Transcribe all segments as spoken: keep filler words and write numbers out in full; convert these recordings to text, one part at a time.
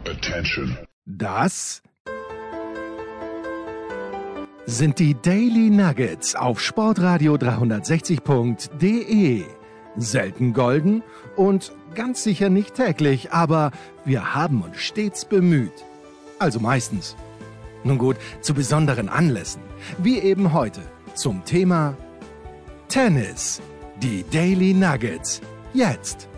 Attention. Das sind die Daily Nuggets auf Sportradio dreihundertsechzig Punkt de. Selten golden und ganz sicher nicht täglich, aber wir haben uns stets bemüht. Also meistens. Nun gut, zu besonderen Anlässen, wie eben heute, zum Thema Tennis. Die Daily Nuggets. Jetzt.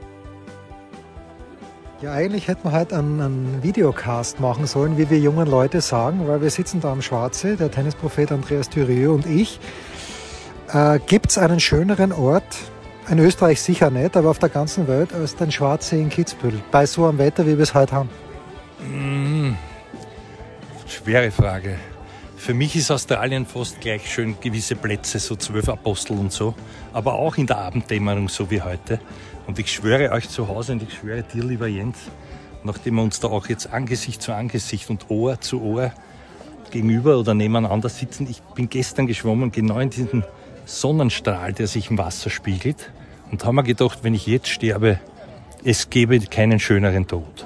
Ja, eigentlich hätten wir heute einen, einen Videocast machen sollen, wie wir jungen Leute sagen, weil wir sitzen da am Schwarze, der Tennisprophet Andreas Thürieu und ich. Äh, Gibt es einen schöneren Ort, in Österreich sicher nicht, aber auf der ganzen Welt, als den Schwarze in Kitzbühel, bei so einem Wetter, wie wir es heute haben? Mmh, schwere Frage. Für mich ist Australien fast gleich schön, gewisse Plätze, so zwölf Apostel und so, aber auch in der Abenddämmerung, so wie heute. Und ich schwöre euch zu Hause und ich schwöre dir, lieber Jens, nachdem wir uns da auch jetzt Angesicht zu Angesicht und Ohr zu Ohr gegenüber oder nebeneinander sitzen, ich bin gestern geschwommen, genau in diesem Sonnenstrahl, der sich im Wasser spiegelt, und habe mir gedacht, wenn ich jetzt sterbe, es gäbe keinen schöneren Tod.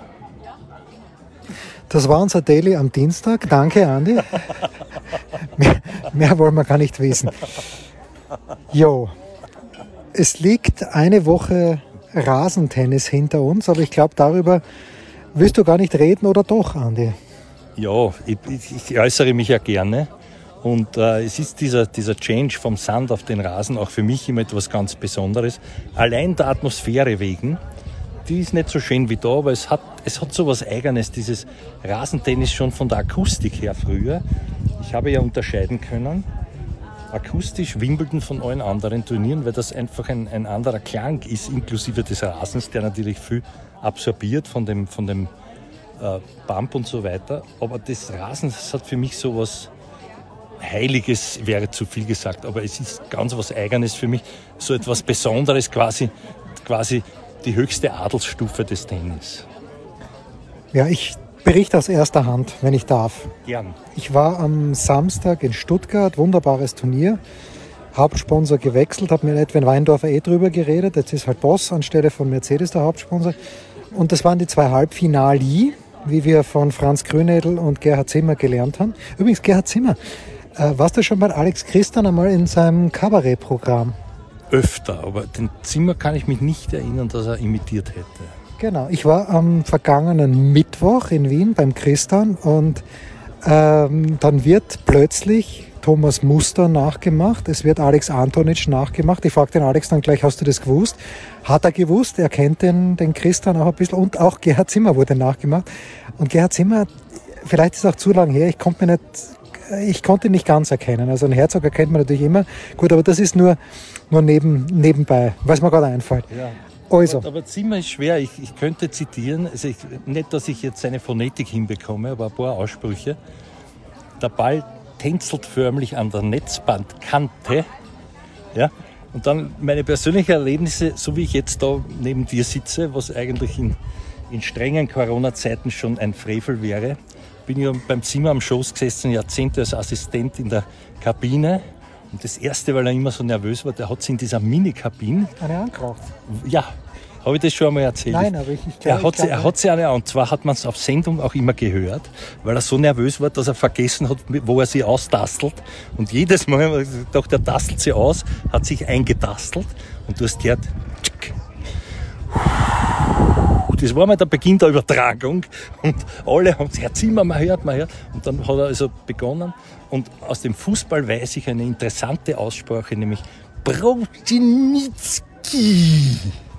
Das war unser Daily am Dienstag. Danke, Andi. mehr, mehr wollen wir gar nicht wissen. Jo, es liegt eine Woche Rasentennis hinter uns, aber ich glaube, darüber willst du gar nicht reden, oder doch, Andi? Ja, ich, ich äußere mich ja gerne. Und äh, es ist dieser, dieser Change vom Sand auf den Rasen auch für mich immer etwas ganz Besonderes. Allein der Atmosphäre wegen, die ist nicht so schön wie da, aber es hat, es hat so was Eigenes, dieses Rasentennis schon von der Akustik her früher. Ich habe ja unterscheiden können, akustisch Wimbledon von allen anderen Turnieren, weil das einfach ein, ein anderer Klang ist, inklusive des Rasens, der natürlich viel absorbiert von dem, von dem äh, Bump und so weiter. Aber das Rasen, das hat für mich so was Heiliges, wäre zu viel gesagt, aber es ist ganz was Eigenes für mich, so etwas Besonderes, quasi, quasi die höchste Adelsstufe des Tennis. Ja, ich berichte aus erster Hand, wenn ich darf. Gern. Ich war am Samstag in Stuttgart, wunderbares Turnier, Hauptsponsor gewechselt, habe mit Edwin Weindorfer eh drüber geredet, jetzt ist halt Boss anstelle von Mercedes der Hauptsponsor. Und das waren die zwei Halbfinali, wie wir von Franz Grünedel und Gerhard Zimmer gelernt haben. Übrigens, Gerhard Zimmer, äh, warst du schon bei Alex Christian einmal in seinem Kabarettprogramm? Öfter, aber den Zimmer kann ich mich nicht erinnern, dass er imitiert hätte. Genau, ich war am vergangenen Mittwoch in Wien beim Christian und ähm, dann wird plötzlich Thomas Muster nachgemacht, es wird Alex Antonic nachgemacht. Ich frage den Alex dann gleich, hast du das gewusst? Hat er gewusst, er kennt den, den Christian auch ein bisschen und auch Gerhard Zimmer wurde nachgemacht. Und Gerhard Zimmer, vielleicht ist es auch zu lang her, ich konnte mich nicht, ich konnte ihn nicht ganz erkennen. Also einen Herzog erkennt man natürlich immer. Gut, aber das ist nur, nur neben, nebenbei, was mir gerade einfällt. Ja. Also. Aber, aber Zimmer ist schwer. Ich, ich könnte zitieren, also ich, nicht, dass ich jetzt seine Phonetik hinbekomme, aber ein paar Aussprüche. Der Ball tänzelt förmlich an der Netzbandkante. Ja? Und dann meine persönlichen Erlebnisse, so wie ich jetzt da neben dir sitze, was eigentlich in, in strengen Corona-Zeiten schon ein Frevel wäre, bin ich beim Zimmer am Schoß gesessen, Jahrzehnte als Assistent in der Kabine. Und das Erste, weil er immer so nervös war, der hat sich in dieser Mini-Kabine... Eine angeraucht? Ja, habe ich das schon einmal erzählt? Nein, aber ich, ich glaube... Er hat, ich glaub, sie, er hat sie eine, und zwar hat man es auf Sendung auch immer gehört, weil er so nervös war, dass er vergessen hat, wo er sie austastelt. Und jedes Mal, wenn ich dachte, er tastelt sie aus, hat sich eingetastelt. Und du hast gehört... Das war mal der Beginn der Übertragung und alle haben gesagt, Herr Zimmer, man hört, man hört. Und dann hat er also begonnen. Und aus dem Fußball weiß ich eine interessante Aussprache, nämlich Brozinitzki.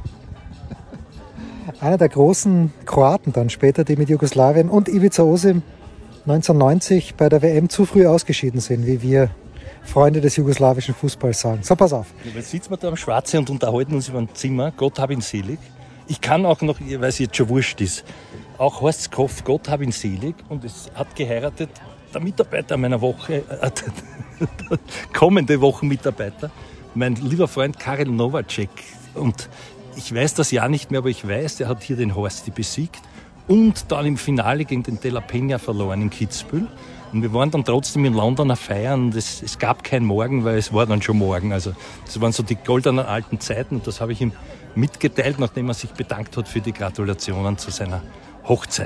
Einer der großen Kroaten dann später, die mit Jugoslawien und Ivica Osim neunzehnhundertneunzig bei der W M zu früh ausgeschieden sind, wie wir Freunde des jugoslawischen Fußballs sagen. So, pass auf. Ja, jetzt sitzen wir da am Schwarze und unterhalten uns über ein Zimmer. Gott hab ihn selig. Ich kann auch noch, weil es jetzt schon wurscht ist, auch Horst Koff, Gott hab ihn selig, und es hat geheiratet der Mitarbeiter meiner Woche, äh, kommende Wochenmitarbeiter, mein lieber Freund Karel Novacek. Und ich weiß das ja nicht mehr, aber ich weiß, der hat hier den Horsti besiegt und dann im Finale gegen den De La Peña verloren in Kitzbühel. Und wir waren dann trotzdem in Londoner feiern und es, es gab kein Morgen, weil es war dann schon morgen. Also das waren so die goldenen alten Zeiten und das habe ich ihm mitgeteilt, nachdem er sich bedankt hat für die Gratulationen zu seiner Hochzeit.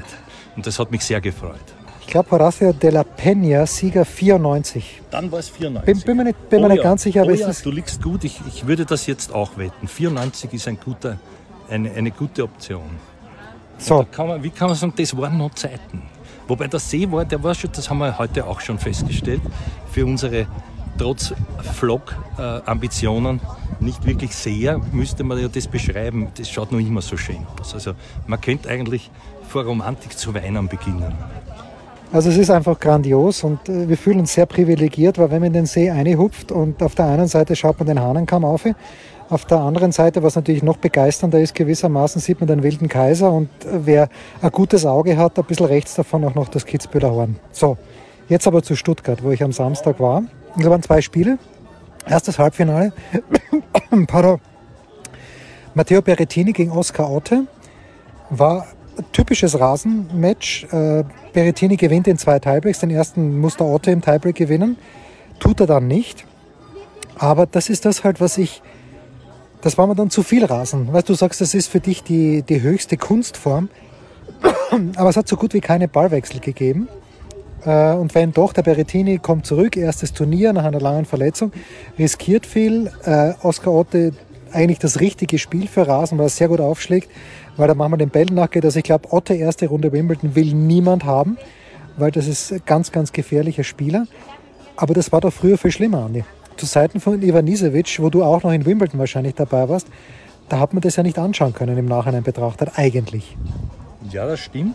Und das hat mich sehr gefreut. Ich glaube, Horacio de la Peña, Sieger vierundneunzig. Dann war es vierundneunzig. Bin, bin mir nicht, bin oh mir nicht ja. ganz sicher, aber oh es ja, ist... Du liegst gut. Ich, ich würde das jetzt auch wetten. vierundneunzig ist ein guter, eine, eine gute Option. So. Kann man, wie kann man sagen, das waren noch Zeiten. Wobei der See war, der war schon, das haben wir heute auch schon festgestellt, für unsere trotz Vlog-Ambitionen nicht wirklich sehr, müsste man ja das beschreiben. Das schaut noch immer so schön aus. Also man könnte eigentlich vor Romantik zu weinen beginnen. Also es ist einfach grandios und äh, wir fühlen uns sehr privilegiert, weil wenn man in den See reinhupft und auf der einen Seite schaut man den Hahnenkamm auf, auf der anderen Seite, was natürlich noch begeisternder ist, gewissermaßen sieht man den Wilden Kaiser und äh, wer ein gutes Auge hat, ein bisschen rechts davon auch noch das Kitzbüheler Horn. So, jetzt aber zu Stuttgart, wo ich am Samstag war. Und da waren zwei Spiele. Erstes Halbfinale. Pardon. Matteo Berrettini gegen Oscar Otte. War ein typisches Rasenmatch. Äh, Berrettini gewinnt in zwei Tiebreaks. Den ersten muss der Otte im Tiebreak gewinnen. Tut er dann nicht. Aber das ist das halt, was ich... Das war mir dann zu viel Rasen. Weißt du, sagst, das ist für dich die, die höchste Kunstform. Aber es hat so gut wie keine Ballwechsel gegeben. Und wenn doch, der Berrettini kommt zurück, erstes Turnier nach einer langen Verletzung, riskiert viel. Oscar Otte eigentlich das richtige Spiel für Rasen, weil er sehr gut aufschlägt, weil er manchmal den Bällen nachgeht. Also ich glaube, Otte erste Runde Wimbledon will niemand haben, weil das ist ein ganz, ganz gefährlicher Spieler. Aber das war doch früher viel schlimmer, Andi. Zu Zeiten von Ivanisevic, wo du auch noch in Wimbledon wahrscheinlich dabei warst, da hat man das ja nicht anschauen können im Nachhinein betrachtet, eigentlich. Ja, das stimmt.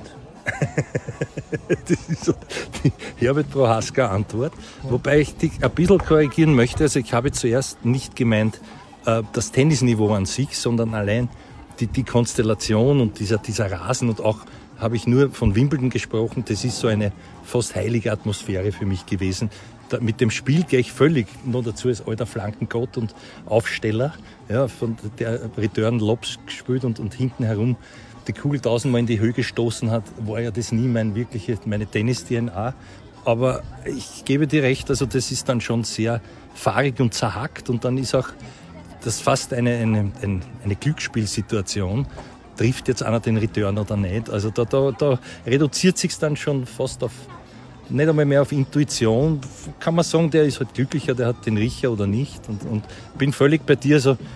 Das ist so die Herbert Prohaska-Antwort. Wobei ich dich ein bisschen korrigieren möchte. Also ich habe zuerst nicht gemeint, das Tennisniveau an sich, sondern allein die, die Konstellation und dieser, dieser Rasen. Und auch habe ich nur von Wimbledon gesprochen. Das ist so eine fast heilige Atmosphäre für mich gewesen. Da, mit dem Spiel gehe ich völlig, noch dazu als alter Flankengott und Aufsteller, ja, von der Return Lobs gespielt und, und hinten herum die Kugel tausendmal in die Höhe gestoßen hat, war ja das nie mein wirkliche, meine Tennis-D N A. Aber ich gebe dir recht, also das ist dann schon sehr fahrig und zerhackt und dann ist auch das fast eine, eine, eine, eine Glücksspielsituation. Trifft jetzt einer den Return oder nicht? Also da, da, da reduziert sich dann schon fast auf, nicht einmal mehr auf Intuition. Kann man sagen, der ist halt glücklicher, der hat den Riecher oder nicht. Und, und bin völlig bei dir, so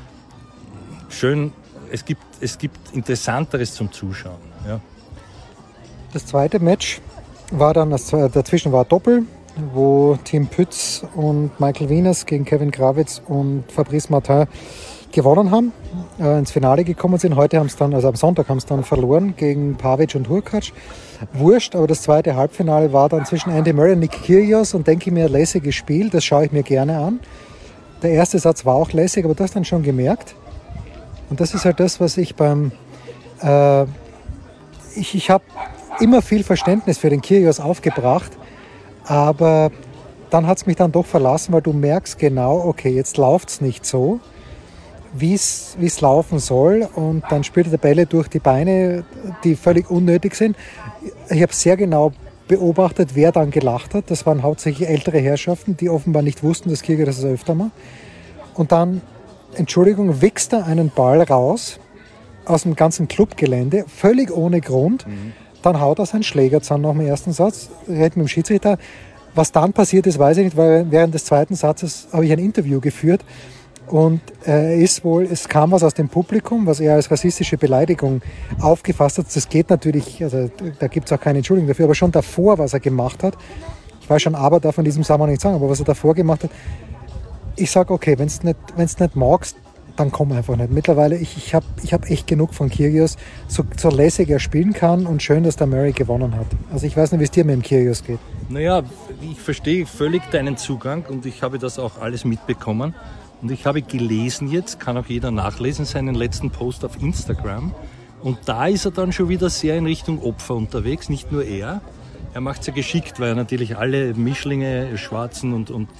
schön. Es gibt, es gibt Interessanteres zum Zuschauen. Ja. Das zweite Match war dann, das, dazwischen war Doppel, wo Tim Pütz und Michael Wieners gegen Kevin Grawitz und Fabrice Martin gewonnen haben, äh, ins Finale gekommen sind. Heute haben es dann, also am Sonntag haben es dann verloren gegen Pavic und Hurkacz. Wurscht, aber das zweite Halbfinale war dann zwischen Andy Murray und Nick Kyrgios und denke ich mir, lässiges Spiel, das schaue ich mir gerne an. Der erste Satz war auch lässig, aber das dann schon gemerkt. Und das ist halt das, was ich beim... Äh, ich ich habe immer viel Verständnis für den Kyrgios aufgebracht, aber dann hat es mich dann doch verlassen, weil du merkst genau, okay, jetzt läuft es nicht so, wie es laufen soll. Und dann spielt er Bälle durch die Beine, die völlig unnötig sind. Ich habe sehr genau beobachtet, wer dann gelacht hat. Das waren hauptsächlich ältere Herrschaften, die offenbar nicht wussten, dass Kyrgios das öfter macht. Und dann... Entschuldigung, wächst er einen Ball raus aus dem ganzen Clubgelände, völlig ohne Grund. Mhm. Dann haut er seinen Schläger zusammen nach dem ersten Satz, redet mit dem Schiedsrichter. Was dann passiert ist, weiß ich nicht, weil während des zweiten Satzes habe ich ein Interview geführt und äh, ist wohl, es kam was aus dem Publikum, was er als rassistische Beleidigung aufgefasst hat. Das geht natürlich, also da gibt es auch keine Entschuldigung dafür, aber schon davor, was er gemacht hat, ich weiß schon, aber darf man in diesem Zusammenhang nicht sagen, aber was er davor gemacht hat, ich sage, okay, wenn du nicht, nicht magst, dann komm einfach nicht. Mittlerweile, ich, ich habe ich hab echt genug von Kyrgios, so, so lässig er spielen kann und schön, dass der Murray gewonnen hat. Also ich weiß nicht, wie es dir mit dem Kyrgios geht. Naja, ich verstehe völlig deinen Zugang und ich habe das auch alles mitbekommen. Und ich habe gelesen jetzt, kann auch jeder nachlesen, seinen letzten Post auf Instagram. Und da ist er dann schon wieder sehr in Richtung Opfer unterwegs, nicht nur er. Er macht es ja geschickt, weil er natürlich alle Mischlinge, Schwarzen und, und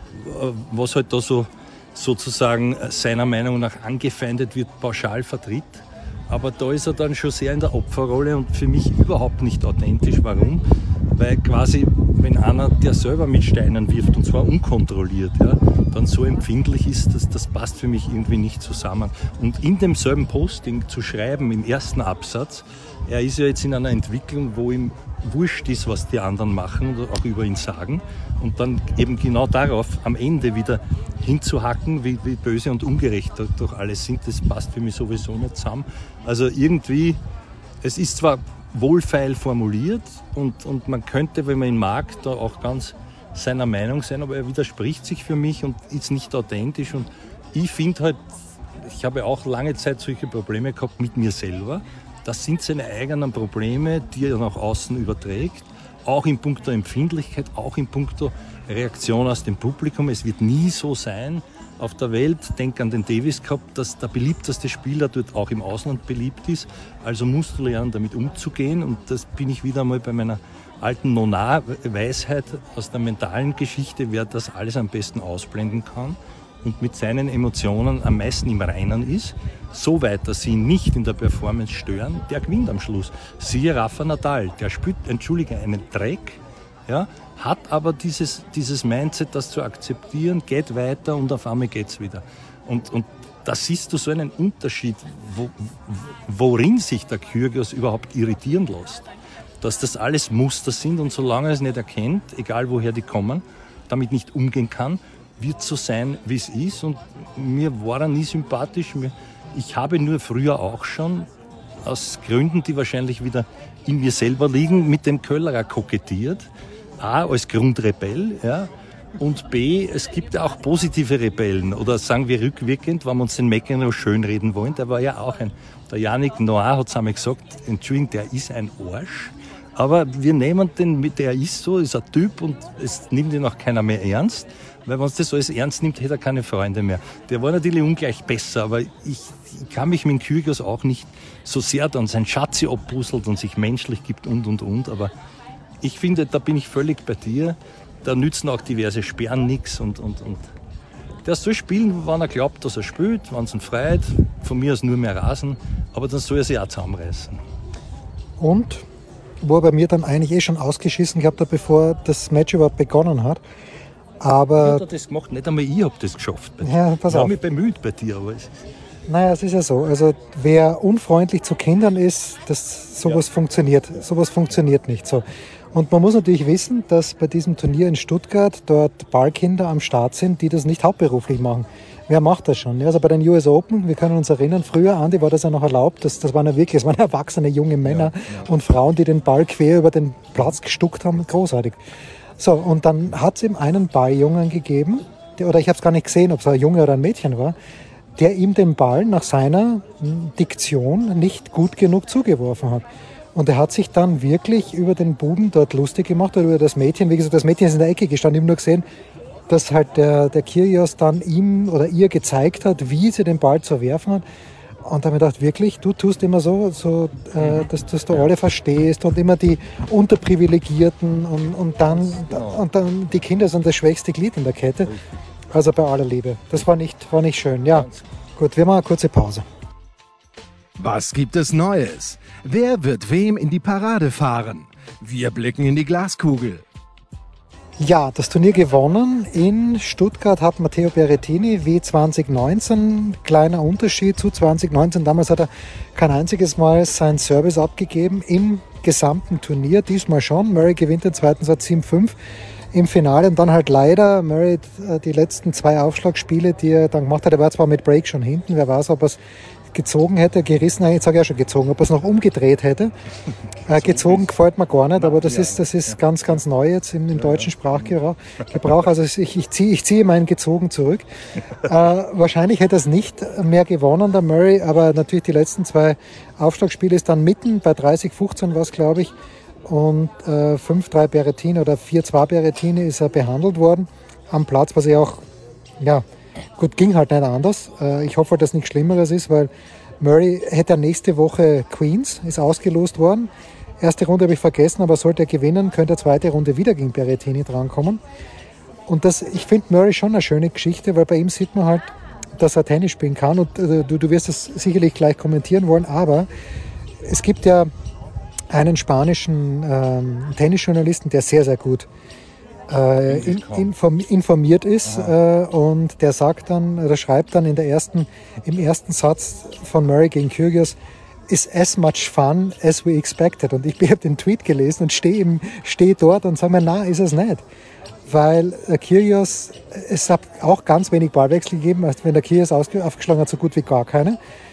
was halt da so sozusagen seiner Meinung nach angefeindet wird, pauschal vertritt. Aber da ist er dann schon sehr in der Opferrolle und für mich überhaupt nicht authentisch. Warum? Weil quasi wenn einer, der selber mit Steinen wirft, und zwar unkontrolliert, ja, dann so empfindlich ist, dass das passt für mich irgendwie nicht zusammen. Und in demselben Posting zu schreiben, im ersten Absatz, er ist ja jetzt in einer Entwicklung, wo ihm wurscht ist, was die anderen machen oder auch über ihn sagen, und dann eben genau darauf am Ende wieder hinzuhacken, wie, wie böse und ungerecht doch alles sind, das passt für mich sowieso nicht zusammen. Also irgendwie, es ist zwar wohlfeil formuliert und, und man könnte, wenn man ihn mag, da auch ganz seiner Meinung sein, aber er widerspricht sich für mich und ist nicht authentisch. Und ich finde halt, ich habe auch lange Zeit solche Probleme gehabt mit mir selber. Das sind seine eigenen Probleme, die er nach außen überträgt, auch in puncto Empfindlichkeit, auch in puncto Reaktion aus dem Publikum. Es wird nie so sein auf der Welt, denk an den Davis Cup, dass der beliebteste Spieler dort auch im Ausland beliebt ist. Also musst du lernen, damit umzugehen. Und das bin ich wieder einmal bei meiner alten Nona-Weisheit aus der mentalen Geschichte, wer das alles am besten ausblenden kann und mit seinen Emotionen am meisten im Reinen ist, so weit, dass sie ihn nicht in der Performance stören, der gewinnt am Schluss. Siehe Rafa Nadal, der spielt, entschuldige, einen Dreck, ja, hat aber dieses, dieses Mindset, das zu akzeptieren, geht weiter und auf einmal geht's wieder. Und, und da siehst du so einen Unterschied, wo, worin sich der Kyrgios überhaupt irritieren lässt. Dass das alles Muster sind und solange er es nicht erkennt, egal woher die kommen, damit nicht umgehen kann, wird so sein, wie es ist. Und mir war er nie sympathisch. Ich habe nur früher auch schon, aus Gründen, die wahrscheinlich wieder in mir selber liegen, mit dem Köllerer kokettiert. A, als Grundrebell, ja, und B, es gibt ja auch positive Rebellen. Oder sagen wir rückwirkend, wenn wir uns den McEnroe schönreden wollen, der war ja auch ein, der Yannick Noah hat es einmal gesagt, Entschuldigung, der ist ein Arsch. Aber wir nehmen den, der ist so, ist ein Typ und es nimmt ihn auch keiner mehr ernst. Weil wenn es das alles ernst nimmt, hätte er keine Freunde mehr. Der war natürlich ungleich besser, aber ich, ich kann mich mit dem Kyrgios auch nicht so sehr dann sein Schatzi abpuzzelt und sich menschlich gibt und, und, und. Aber ich finde, da bin ich völlig bei dir. Da nützen auch diverse Sperren nichts. Und, und, und der soll spielen, wann er glaubt, dass er spielt, wenn es ihn freut. Von mir aus nur mehr Rasen. Aber dann soll er sich auch zusammenreißen. Und wo er bei mir dann eigentlich eh schon ausgeschissen gehabt hat, bevor das Match überhaupt begonnen hat. Aber ich habe das gemacht, nicht einmal ich habe das geschafft. Bei dir. Ja, pass ich habe auf. mich bemüht bei dir. Aber es Naja, es ist ja so. Also wer unfreundlich zu Kindern ist, das, sowas ja. funktioniert. Sowas funktioniert nicht so. Und man muss natürlich wissen, dass bei diesem Turnier in Stuttgart dort Ballkinder am Start sind, die das nicht hauptberuflich machen. Wer macht das schon? Also bei den U S Open, wir können uns erinnern, früher, Andi, war das ja noch erlaubt. Das, das waren ja wirklich, das waren erwachsene junge Männer ja, ja. und Frauen, die den Ball quer über den Platz gestuckt haben. Großartig. So, und dann hat es ihm einen Balljungen gegeben, der, oder ich habe es gar nicht gesehen, ob es ein Junge oder ein Mädchen war, der ihm den Ball nach seiner Diktion nicht gut genug zugeworfen hat. Und er hat sich dann wirklich über den Buben dort lustig gemacht oder über das Mädchen. Wie gesagt, das Mädchen ist in der Ecke gestanden. Ich habe nur gesehen, dass halt der, der Kyrgios dann ihm oder ihr gezeigt hat, wie sie den Ball zu werfen hat. Und da habe ich gedacht, wirklich, du tust immer so, so äh, dass, dass du alle verstehst und immer die Unterprivilegierten und, und, dann, und dann die Kinder sind das schwächste Glied in der Kette. Also bei aller Liebe. Das war nicht, war nicht schön. Ja, gut, wir machen eine kurze Pause. Was gibt es Neues? Wer wird wem in die Parade fahren? Wir blicken in die Glaskugel. Ja, das Turnier gewonnen. In Stuttgart hat Matteo Berrettini wie zwanzig neunzehn. Kleiner Unterschied zu zwanzig neunzehn. Damals hat er kein einziges Mal sein Service abgegeben im gesamten Turnier. Diesmal schon. Murray gewinnt den zweiten Satz sieben fünf im Finale. Und dann halt leider Murray die letzten zwei Aufschlagspiele, die er dann gemacht hat. Er war zwar mit Break schon hinten. Wer weiß, ob er es gezogen hätte, gerissen, ich sage ja schon gezogen, ob er es noch umgedreht hätte. Äh, gezogen gefällt mir gar nicht, aber das ist, das ist ganz, ganz neu jetzt im, im deutschen Sprachgebrauch. Also ich, ich ziehe ich ziehe meinen gezogen zurück. Äh, wahrscheinlich hätte er es nicht mehr gewonnen, der Murray, aber natürlich die letzten zwei Aufschlagspiele ist dann mitten, bei dreißig fünfzehn war es, glaube ich, und äh, fünf drei Berrettini oder vier zwei Berrettini ist er behandelt worden am Platz, was ich auch, ja, gut, ging halt nicht anders. Ich hoffe, dass nichts Schlimmeres ist, weil Murray hätte nächste Woche Queens, ist ausgelost worden. Erste Runde habe ich vergessen, aber sollte er gewinnen, könnte er zweite Runde wieder gegen Berrettini drankommen. Und das, ich finde Murray schon eine schöne Geschichte, weil bei ihm sieht man halt, dass er Tennis spielen kann. Und du, du wirst das sicherlich gleich kommentieren wollen, aber es gibt ja einen spanischen ähm, Tennisjournalisten, der sehr, sehr gut äh, in, inform, informiert ist äh, und der sagt dann, oder schreibt dann in der ersten, im ersten Satz von Murray gegen Kyrgios, is as much fun as we expected. Und ich habe den Tweet gelesen und stehe steh dort und sage mir, na, ist es nicht. Weil der Kyrgios, es hat auch ganz wenig Ballwechsel gegeben, also wenn der Kyrgios aufgeschlagen hat, so gut wie gar keine.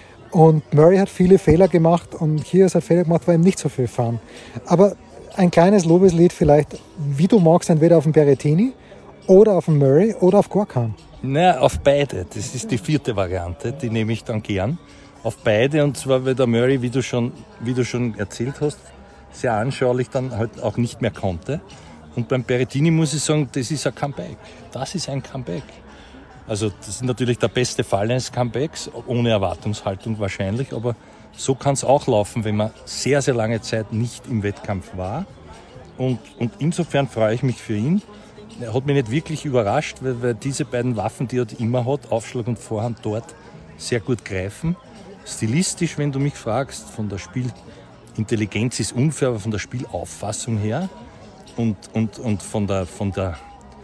Und Murray hat viele Fehler gemacht und Kyrgios hat Fehler gemacht, war ihm nicht so viel Fun. Aber ein kleines Lobeslied vielleicht, wie du magst, entweder auf dem Berrettini oder auf dem Murray oder auf Gorkan. Naja, auf beide. Das ist die vierte Variante, die nehme ich dann gern. Auf beide, und zwar, weil der Murray, wie du schon, wie du schon erzählt hast, sehr anschaulich dann halt auch nicht mehr konnte. Und beim Berrettini muss ich sagen, das ist ein Comeback. Das ist ein Comeback. Also das ist natürlich der beste Fall eines Comebacks, ohne Erwartungshaltung wahrscheinlich, aber so kann es auch laufen, wenn man sehr, sehr lange Zeit nicht im Wettkampf war. Und, und insofern freue ich mich für ihn. Er hat mich nicht wirklich überrascht, weil, weil diese beiden Waffen, die er immer hat, Aufschlag und Vorhand, dort sehr gut greifen. Stilistisch, wenn du mich fragst, von der Spielintelligenz ist unfair, aber von der Spielauffassung her und, und, und von der, von der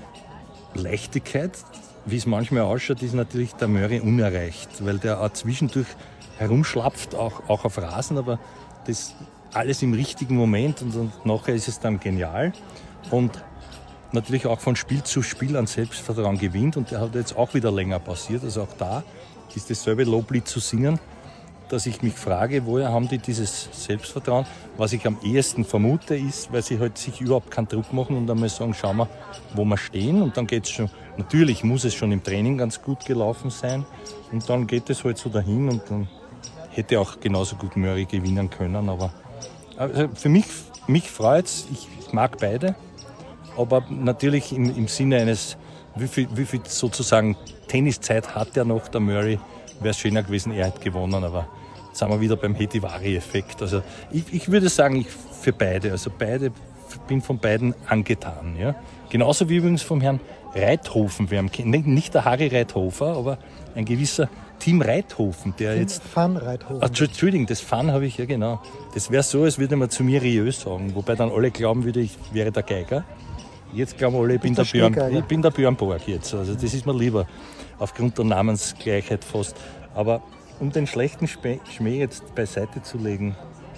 Leichtigkeit, wie es manchmal ausschaut, ist natürlich der Murray unerreicht, weil der auch zwischendurch herumschlapft, auch, auch auf Rasen, aber das alles im richtigen Moment und, und nachher ist es dann genial und natürlich auch von Spiel zu Spiel an Selbstvertrauen gewinnt und der hat jetzt auch wieder länger passiert, also auch da ist dasselbe Loblied zu singen, dass ich mich frage, woher haben die dieses Selbstvertrauen? Was ich am ehesten vermute ist, weil sie halt sich überhaupt keinen Druck machen und einmal sagen, schauen wir, wo wir stehen und dann geht es schon, natürlich muss es schon im Training ganz gut gelaufen sein und dann geht es halt so dahin und dann hätte auch genauso gut Murray gewinnen können, aber also für mich, mich freut es, ich mag beide, aber natürlich im, im Sinne eines, wie viel, wie viel sozusagen Tenniszeit hat er noch, der Murray, wäre es schöner gewesen, er hätte gewonnen, aber jetzt sind wir wieder beim Hetivari-Effekt. Also ich, ich würde sagen, ich für beide, also beide, bin von beiden angetan. Ja? Genauso wie übrigens vom Herrn Reithofen, wir haben, nicht der Harry Reithofer, aber ein gewisser Tim Reithofen, der jetzt... Fun Reithofen. Ach, Entschuldigung, das Fun habe ich, ja genau. Das wäre so, als würde man zu mir Rieux sagen, wobei dann alle glauben würde, ich wäre der Geiger. Jetzt glauben alle, ich bin der, der Björn, ich bin der Björn Borg jetzt. Also das ist mir lieber, aufgrund der Namensgleichheit fast. Aber um den schlechten Schmäh jetzt beiseite zu legen,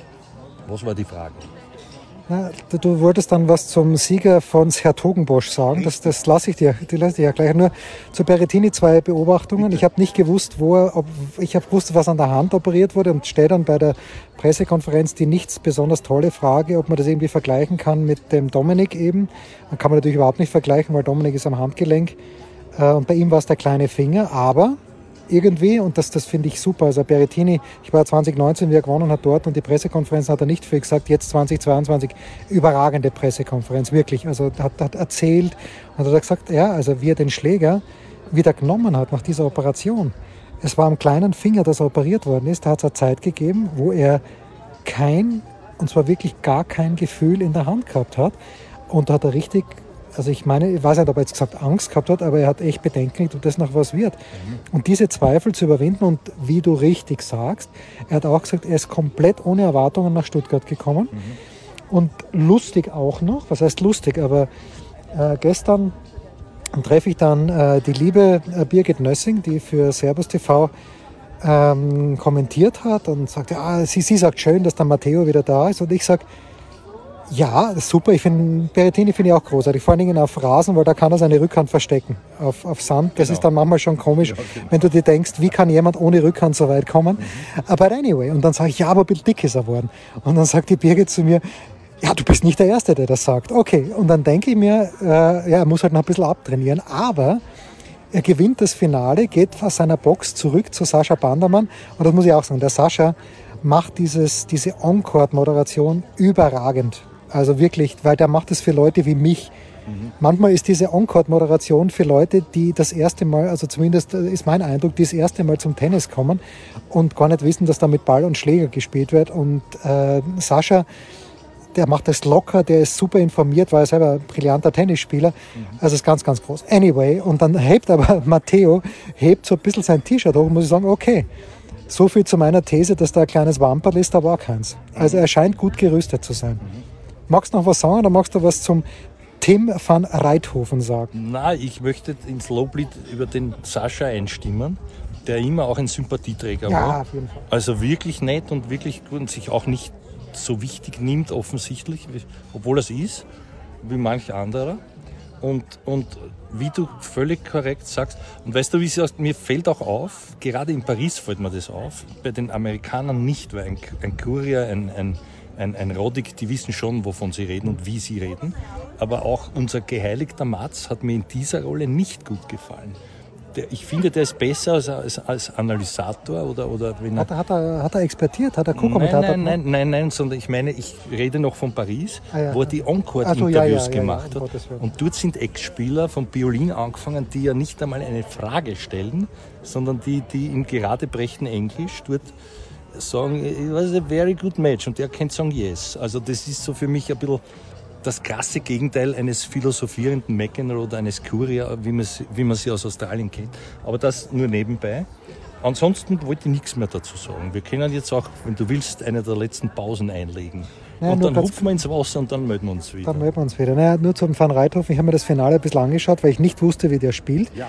was war die Frage? Na, du wolltest dann was zum Sieger von Hertogenbosch sagen, das, das lasse ich dir, die lasse ich ja gleich. Nur zu Berrettini zwei Beobachtungen. Bitte. Ich habe nicht gewusst, wo er, ob, ich habe gewusst, was an der Hand operiert wurde und stehe dann bei der Pressekonferenz die nichts besonders tolle Frage, ob man das irgendwie vergleichen kann mit dem Dominik eben. Man kann man natürlich überhaupt nicht vergleichen, weil Dominik ist am Handgelenk äh, und bei ihm war es der kleine Finger, aber irgendwie, und das, das finde ich super, also Berrettini, ich war zwanzig neunzehn, wie er gewonnen hat dort und die Pressekonferenz hat er nicht viel gesagt, jetzt zwanzig zweiundzwanzig, überragende Pressekonferenz, wirklich, also hat, hat erzählt und hat gesagt, ja, also wie er den Schläger wieder genommen hat nach dieser Operation. Es war am kleinen Finger, dass er operiert worden ist, da hat es eine Zeit gegeben, wo er kein, und zwar wirklich gar kein Gefühl in der Hand gehabt hat und da hat er richtig... Also ich meine, ich weiß nicht, ob er jetzt gesagt Angst gehabt hat, aber er hat echt Bedenken, ob das noch was wird. Mhm. Und diese Zweifel zu überwinden und wie du richtig sagst, er hat auch gesagt, er ist komplett ohne Erwartungen nach Stuttgart gekommen. Mhm. Und lustig auch noch, was heißt lustig, aber äh, gestern treffe ich dann äh, die liebe äh, Birgit Nössing, die für Servus T V ähm, kommentiert hat und sagte, ah, sie, sie sagt schön, dass der Matteo wieder da ist. Und ich sage, ja, das ist super. Ich finde, Berrettini finde ich auch großartig. Vor allen Dingen auf Rasen, weil da kann er seine Rückhand verstecken. Auf, auf Sand, das genau. Ist dann manchmal schon komisch, ja, genau. Wenn du dir denkst, wie kann jemand ohne Rückhand so weit kommen? Mhm. Aber anyway, und dann sage ich, ja, aber ein bisschen dick ist er geworden. Und dann sagt die Birgit zu mir, ja, du bist nicht der Erste, der das sagt. Okay, und dann denke ich mir, äh, ja, er muss halt noch ein bisschen abtrainieren. Aber er gewinnt das Finale, geht aus seiner Box zurück zu Sascha Bandermann. Und das muss ich auch sagen, der Sascha macht dieses, diese On-Court-Moderation überragend. Also wirklich, weil der macht es für Leute wie mich. Mhm. Manchmal ist diese On-Court-Moderation für Leute, die das erste Mal, also zumindest ist mein Eindruck, die das erste Mal zum Tennis kommen und gar nicht wissen, dass da mit Ball und Schläger gespielt wird. Und äh, Sascha, der macht das locker, der ist super informiert, weil er selber ein brillanter Tennisspieler. Mhm. Also ist ganz, ganz groß. Anyway, und dann hebt aber Matteo, hebt so ein bisschen sein T-Shirt hoch und muss ich sagen, okay, So viel zu meiner These, dass da ein kleines Wamperl ist, da war keins. Also er scheint gut gerüstet zu sein. Magst du noch was sagen oder magst du was zum Tim van Rijthoven sagen? Nein, ich möchte ins Loblied über den Sascha einstimmen, der immer auch ein Sympathieträger Ja, war. auf jeden Fall. Also wirklich nett und wirklich gut und sich auch nicht so wichtig nimmt, offensichtlich, wie- obwohl er es ist, wie manch anderer. Und, und wie du völlig korrekt sagst, und weißt du, wie es aus- mir fällt auch auf, gerade in Paris fällt mir das auf, bei den Amerikanern nicht, weil ein, ein Courier, ein, ein, ein, ein Roddick, die wissen schon, wovon sie reden und wie sie reden. Aber auch unser geheiligter Matz hat mir in dieser Rolle nicht gut gefallen. Der, ich finde, der ist besser als, als, als Analysator oder, oder wenn er Hat er, hat er, hat er expertiert? Hat er Nein, Co-Kommentator nein, gemacht? nein, nein, nein, sondern ich meine, ich rede noch von Paris, Ah, ja. wo er die Encore-Interviews Ach so, ja, ja, ja, gemacht ja, um hat. Gottes Willen. Und dort sind Ex-Spieler von Biolin angefangen, die ja nicht einmal eine Frage stellen, sondern die, die im geradebrechen Englisch dort sagen, it was a very good match. Und der kann sagen, yes. Also das ist so für mich ein bisschen das krasse Gegenteil eines philosophierenden McEnroe oder eines Courier, wie man, sie- wie man sie aus Australien kennt. Aber das nur nebenbei. Ansonsten wollte ich nichts mehr dazu sagen. Wir können jetzt auch, wenn du willst, eine der letzten Pausen einlegen. Ja, und nur dann ganz- hupfen wir ins Wasser und dann melden wir uns wieder. Dann melden wir uns wieder. Naja, nur zum Van Rijthoven. Ich habe mir das Finale ein bisschen angeschaut, weil ich nicht wusste, wie der spielt. Ja.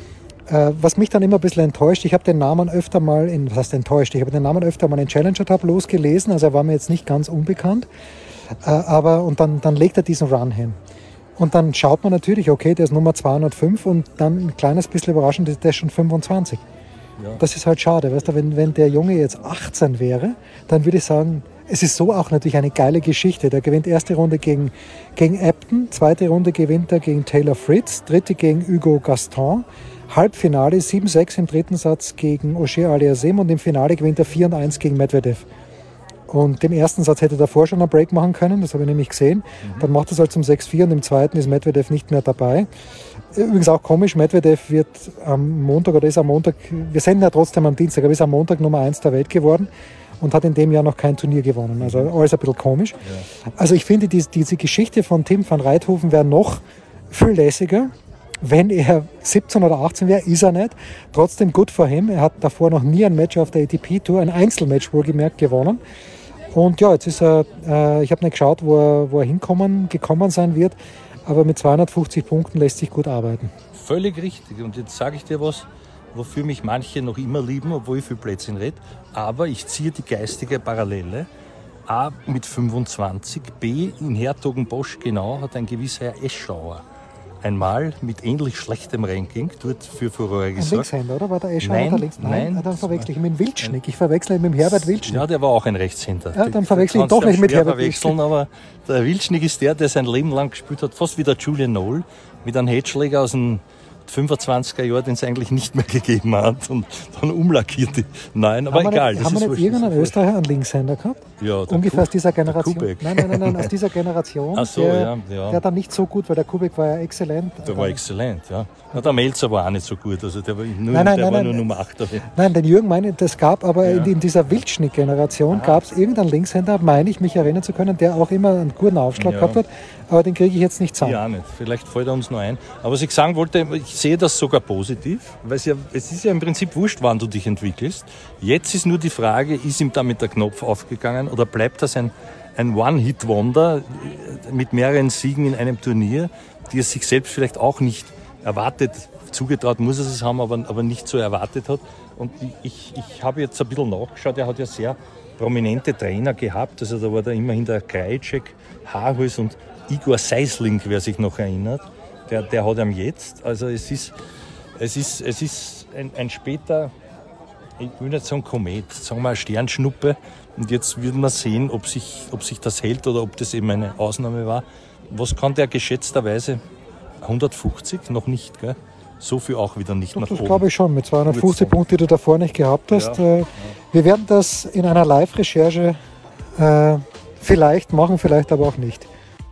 Äh, was mich dann immer ein bisschen enttäuscht, ich habe den Namen öfter mal, in, was heißt enttäuscht, ich habe den Namen öfter mal in Challenger-Tableaus gelesen, also er war mir jetzt nicht ganz unbekannt. Äh, aber, und dann, dann legt er diesen Run hin. Und dann schaut man natürlich, okay, der ist Nummer zweihundertfünf und dann ein kleines bisschen überraschend, der ist schon fünfundzwanzig. Ja. Das ist halt schade, weißt du, wenn, wenn der Junge jetzt achtzehn wäre, dann würde ich sagen, es ist so auch natürlich eine geile Geschichte. Der gewinnt erste Runde gegen, gegen Ebden, zweite Runde gewinnt er gegen Taylor Fritz, dritte gegen Hugo Gaston, Halbfinale sieben sechs im dritten Satz gegen Auger Aliassime und im Finale gewinnt er vier eins gegen Medvedev. Und im ersten Satz hätte er davor schon einen Break machen können, das habe ich nämlich gesehen. Mhm. Dann macht er es halt zum sechs vier und im zweiten ist Medvedev nicht mehr dabei. Übrigens auch komisch, Medvedev wird am Montag, oder ist am Montag, wir senden ja trotzdem am Dienstag, aber ist am Montag Nummer eins der Welt geworden und hat in dem Jahr noch kein Turnier gewonnen. Also alles ein bisschen komisch. Ja. Also ich finde, diese, diese Geschichte von Tim van Rijthoven wäre noch viel lässiger, wenn er siebzehn oder achtzehn wäre, ist er nicht. Trotzdem gut für ihn. Er hat davor noch nie ein Match auf der A T P-Tour, ein Einzelmatch wohlgemerkt, gewonnen. Und ja, jetzt ist er, äh, ich habe nicht geschaut, wo er, wo er hinkommen, gekommen sein wird, aber mit zweihundertfünfzig Punkten lässt sich gut arbeiten. Völlig richtig. Und jetzt sage ich dir was, wofür mich manche noch immer lieben, obwohl ich viel Blödsinn rede. Aber ich ziehe die geistige Parallele. A mit fünfundzwanzig, B in Hertogenbosch genau hat ein gewisser Herr Eschauer einmal mit ähnlich schlechtem Ranking dort für Furore Ein gesorgt. Linkshänder, oder? War der Eschauer Nein, der Links? Nein, nein, dann verwechsel ich ihn mit dem Wildschnick. Ich verwechsel ihn mit dem Herbert Wildschnick. Ja, der war auch ein Rechtshänder. Ja, dann Die- verwechsel ich ihn kannst doch du nicht mit schwer Herbert verwechseln, aber der Wildschnick ist der, der sein Leben lang gespielt hat, fast wie der Julian Noll, mit einem Headschläger aus dem fünfundzwanziger Jahr, den es eigentlich nicht mehr gegeben hat und dann umlackierte. Nein, aber haben egal. Wir das nicht, haben ist wir nicht wurscht, irgendeinen das ist wurscht. Österreicher einen Linkshänder gehabt? Ja, der Ungefähr Ku- aus dieser der Generation. Kubek. Nein, nein, nein, nein, aus dieser Generation. Ach so, der, ja, ja. Der dann nicht so gut war. Der Kubik war ja exzellent. Der war exzellent, ja. Na, der Melzer war auch nicht so gut, also der war nur, Nein, nein, der nein, war nein. nur Nummer acht. dafür. Nein, den Jürgen meine, das gab aber Ja. in, in dieser Wildschnick-Generation gab es irgendeinen Linkshänder, meine ich mich erinnern zu können, der auch immer einen guten Aufschlag Ja. gehabt hat, aber den kriege ich jetzt nicht zusammen. Ja, nicht. Vielleicht fällt er uns noch ein. Aber was ich sagen wollte, ich sehe das sogar positiv, weil es, ja, es ist ja im Prinzip wurscht, wann du dich entwickelst. Jetzt ist nur die Frage, ist ihm damit der Knopf aufgegangen oder bleibt das ein, ein One-Hit-Wonder mit mehreren Siegen in einem Turnier, die er sich selbst vielleicht auch nicht erwartet, zugetraut muss er es haben, aber, aber nicht so erwartet hat. Und ich, ich habe jetzt ein bisschen nachgeschaut, er hat ja sehr prominente Trainer gehabt, also da war da immerhin der Krajicek, Haarhus und Igor Seisling, wer sich noch erinnert, der, der hat ihm jetzt, also es ist, es ist, es ist ein, ein später, ich will nicht sagen Komet, sagen wir eine Sternschnuppe und jetzt wird man sehen, ob sich, ob sich das hält oder ob das eben eine Ausnahme war. Was kann der geschätzterweise? hundertfünfzig? Noch nicht, gell? So viel auch wieder nicht Doch, nach das oben. glaube ich schon, mit zweihundertfünfzig Gut. Punkten, die du davor nicht gehabt hast. Ja, Äh, Wir werden das in einer Live-Recherche äh, vielleicht machen, vielleicht aber auch nicht.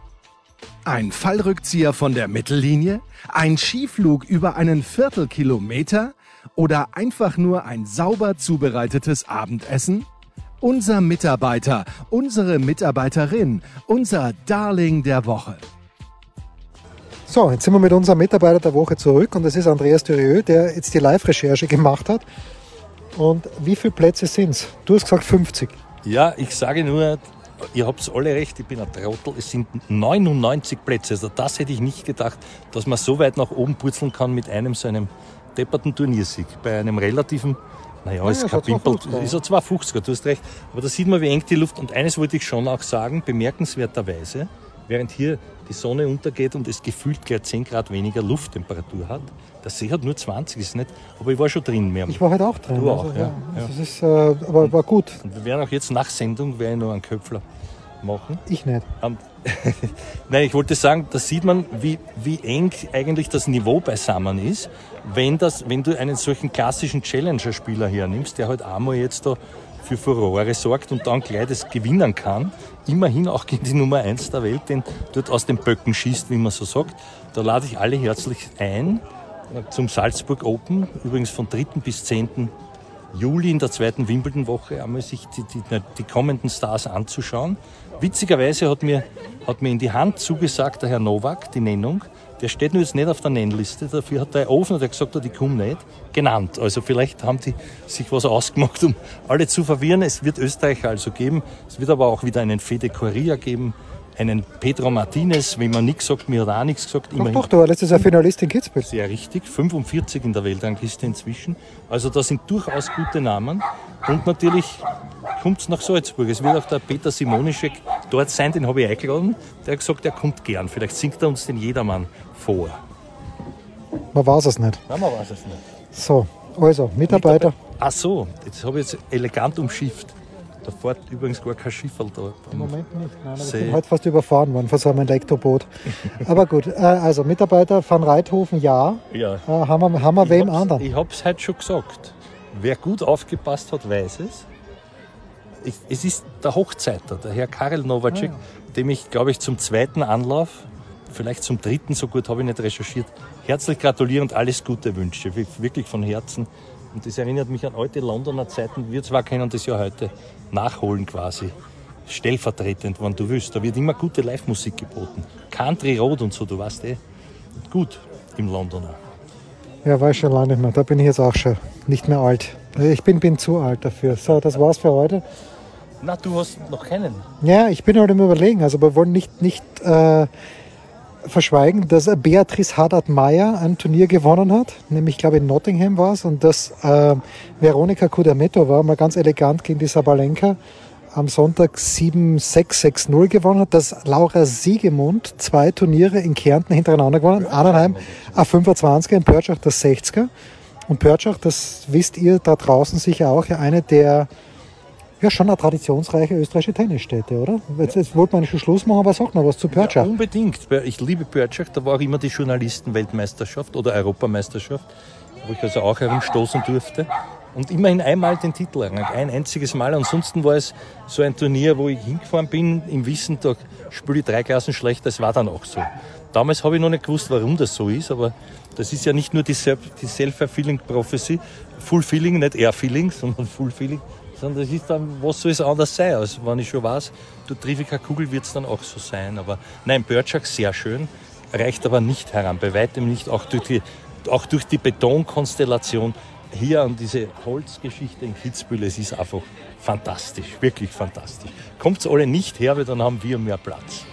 Ein Fallrückzieher von der Mittellinie? Ein Skiflug über einen Viertelkilometer? Oder einfach nur ein sauber zubereitetes Abendessen? Unser Mitarbeiter, unsere Mitarbeiterin, unser Darling der Woche. So, jetzt sind wir mit unserem Mitarbeiter der Woche zurück und das ist Andreas Thurieux, der jetzt die Live-Recherche gemacht hat. Und wie viele Plätze sind es? Du hast gesagt fünfzig. Ja, ich sage nur, ihr habt alle recht, ich bin ein Trottel. Es sind neunundneunzig Plätze. Also das hätte ich nicht gedacht, dass man so weit nach oben purzeln kann mit einem so einem depperten Turniersieg. Bei einem relativen, naja, es ist kein Pimpel, ist ja zweihundertfünfziger, du hast recht. Aber da sieht man, wie eng die Luft. Und eines wollte ich schon auch sagen, bemerkenswerterweise, während hier die Sonne untergeht und es gefühlt gleich zehn Grad weniger Lufttemperatur hat, der See hat nur zwanzig, ist nicht, aber ich war schon drin. Mehr. Ich war halt auch drin. Du auch, also, ja. ja. ja. Das ist, äh, aber war gut. Und wir werden auch jetzt nach Sendung, werde ich noch einen Köpfler machen. Ich nicht. Und Nein, ich wollte sagen, da sieht man, wie, wie eng eigentlich das Niveau beisammen ist, wenn, das, wenn du einen solchen klassischen Challenger-Spieler hernimmst, der halt einmal jetzt da für Furore sorgt und dann gleich das gewinnen kann, immerhin auch gegen die Nummer eins der Welt, den dort aus den Böcken schießt, wie man so sagt. Da lade ich alle herzlich ein zum Salzburg Open, übrigens von dritten bis zehnten Juli in der zweiten Wimbledon-Woche, einmal sich die, die, die kommenden Stars anzuschauen. Witzigerweise hat mir, hat mir in die Hand zugesagt der Herr Nowak, die Nennung. Der steht nur jetzt nicht auf der Nennliste, dafür hat der Ofen, der gesagt hat, ich komme nicht, genannt. Also vielleicht haben die sich was ausgemacht, um alle zu verwirren. Es wird Österreicher also geben, es wird aber auch wieder einen Fede Correa geben, einen Pedro Martinez, wenn man nichts sagt, mir hat auch nichts gesagt. Doch, doch, du war letztes Jahr Finalist in Kitzbühel. Sehr richtig, fünfundvierzig in der Weltrangliste inzwischen. Also da sind durchaus gute Namen. Und natürlich kommt es nach Salzburg. Es wird auch der Peter Simonischek dort sein, den habe ich eingeladen. Der hat gesagt, er kommt gern. Vielleicht singt er uns den Jedermann vor. Man weiß es nicht. Nein, man weiß es nicht. So, also, Mitarbeiter. Mitarbeiter. Ach so, jetzt habe ich jetzt elegant umschifft. Da fährt übrigens gar kein Schifferl da. Im Moment nicht. Nein, aber See. ich bin heute fast überfahren worden von so einem Elektroboot. Aber gut, äh, also Mitarbeiter von Reithofen, ja. Ja. Äh, haben wir, haben wir wem anderen? Ich habe es heute schon gesagt. Wer gut aufgepasst hat, weiß es. Ich, es ist der Hochzeiter, der Herr Karel Novacek, Ah, ja. dem ich, glaube ich, zum zweiten Anlauf, vielleicht zum dritten, so gut habe ich nicht recherchiert, herzlich gratuliere und alles Gute wünsche. Wirklich von Herzen. Und das erinnert mich an alte Londoner Zeiten. Wir zwar können das ja heute nachholen quasi, stellvertretend, wenn du willst. Da wird immer gute Live-Musik geboten. Country Road und so, du weißt eh. Gut im Londoner. Ja, weiß schon lange nicht mehr. Da bin ich jetzt auch schon nicht mehr alt. Ich bin, bin zu alt dafür. So, das war's für heute. Na, du hast noch keinen. Ja, ich bin halt im Überlegen. Also wir wollen nicht, nicht äh, verschweigen, dass Beatrice Haddad-Mayer ein Turnier gewonnen hat. Nämlich, ich glaube, in Nottingham war es. Und dass äh, Veronika Kudermetova mal ganz elegant gegen die Sabalenka am Sonntag sieben sechs, sechs null gewonnen hat. Dass Laura Siegemund zwei Turniere in Kärnten hintereinander gewonnen hat. Arnheim ein fünfundzwanziger, in Pörtschach das sechziger. Und Pörtschach, das wisst ihr da draußen sicher auch, ja eine der, ja schon eine traditionsreiche österreichische Tennisstätte, oder? Jetzt, jetzt wollte man schon Schluss machen, aber sag noch was zu Pörtschach. Ja, unbedingt. Ich liebe Pörtschach, da war auch immer die Journalistenweltmeisterschaft oder Europameisterschaft, wo ich also auch herumstoßen durfte. Und immerhin einmal den Titel errang, ein einziges Mal. Ansonsten war es so ein Turnier, wo ich hingefahren bin, im Wissen, da spiele ich drei Klassen schlechter, das war dann auch so. Damals habe ich noch nicht gewusst, warum das so ist, aber das ist ja nicht nur die Self-Fulfilling Prophecy, Fulfilling, nicht Air-Feeling, sondern Fulfilling, sondern das ist dann, was soll es anders sein, als wenn ich schon weiß, du triff ich keine Kugel, wird es dann auch so sein. Aber nein, Pörtschach sehr schön, reicht aber nicht heran, bei weitem nicht, auch durch die, auch durch die Betonkonstellation. Hier an diese Holzgeschichte in Kitzbühel, es ist einfach fantastisch, wirklich fantastisch. Kommt's alle nicht her, weil dann haben wir mehr Platz.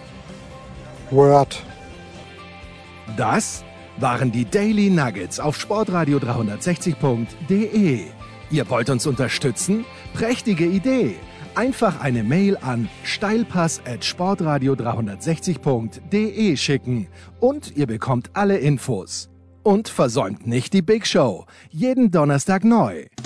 Word. Das waren die Daily Nuggets auf sportradio dreihundertsechzig punkt de. Ihr wollt uns unterstützen? Prächtige Idee! Einfach eine Mail an steilpass at sportradio dreihundertsechzig punkt de schicken und ihr bekommt alle Infos. Und versäumt nicht die Big Show. Jeden Donnerstag neu.